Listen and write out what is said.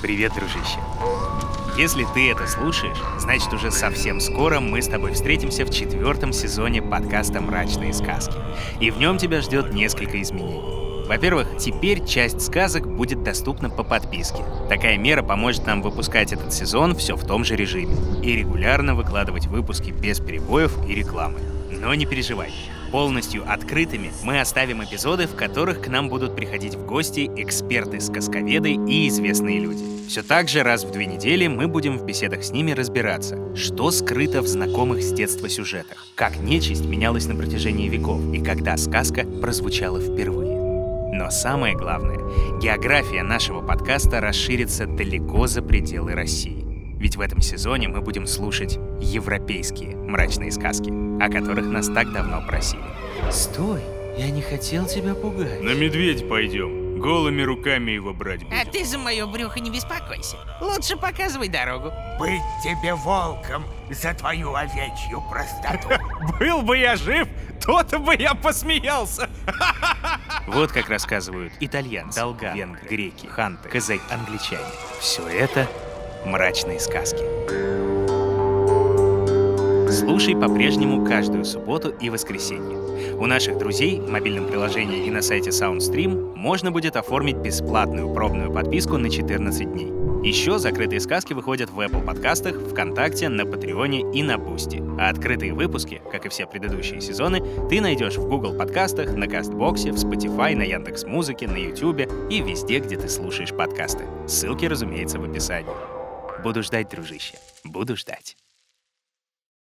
Привет, дружище. Если ты это слушаешь, значит уже совсем скоро мы с тобой встретимся в 4-м сезоне подкаста «Мрачные сказки». И в нем тебя ждет несколько изменений. Во-первых, теперь часть сказок будет доступна по подписке. Такая мера поможет нам выпускать этот сезон все в том же режиме и регулярно выкладывать выпуски без перебоев и рекламы. Но не переживай, полностью открытыми мы оставим эпизоды, в которых к нам будут приходить в гости эксперты-сказковеды и известные люди. Все так же раз в 2 недели мы будем в беседах с ними разбираться, что скрыто в знакомых с детства сюжетах, как нечисть менялась на протяжении веков и когда сказка прозвучала впервые. Но самое главное, география нашего подкаста расширится далеко за пределы России. Ведь в этом сезоне мы будем слушать европейские мрачные сказки, о которых нас так давно просили. Стой, я не хотел тебя пугать. На медведя пойдем, голыми руками его брать будем. А ты за мое брюхо не беспокойся. Лучше показывай дорогу. Быть тебе волком за твою овечью простоту. Был бы я жив, то-то бы я посмеялся. Вот как рассказывают итальянцы, долгары, венгры, греки, ханты, казаки, англичане. Все это мрачные сказки. Слушай по-прежнему каждую субботу и воскресенье. У наших друзей в мобильном приложении и на сайте SoundStream можно будет оформить бесплатную пробную подписку на 14 дней. Еще закрытые сказки выходят в Apple подкастах, ВКонтакте, на Патреоне и на Бусти. А открытые выпуски, как и все предыдущие сезоны, ты найдешь в Google подкастах, на Кастбоксе, в Spotify, на Яндекс.Музыке, на Ютубе и везде, где ты слушаешь подкасты. Ссылки, разумеется, в описании. Буду ждать, дружище. Буду ждать.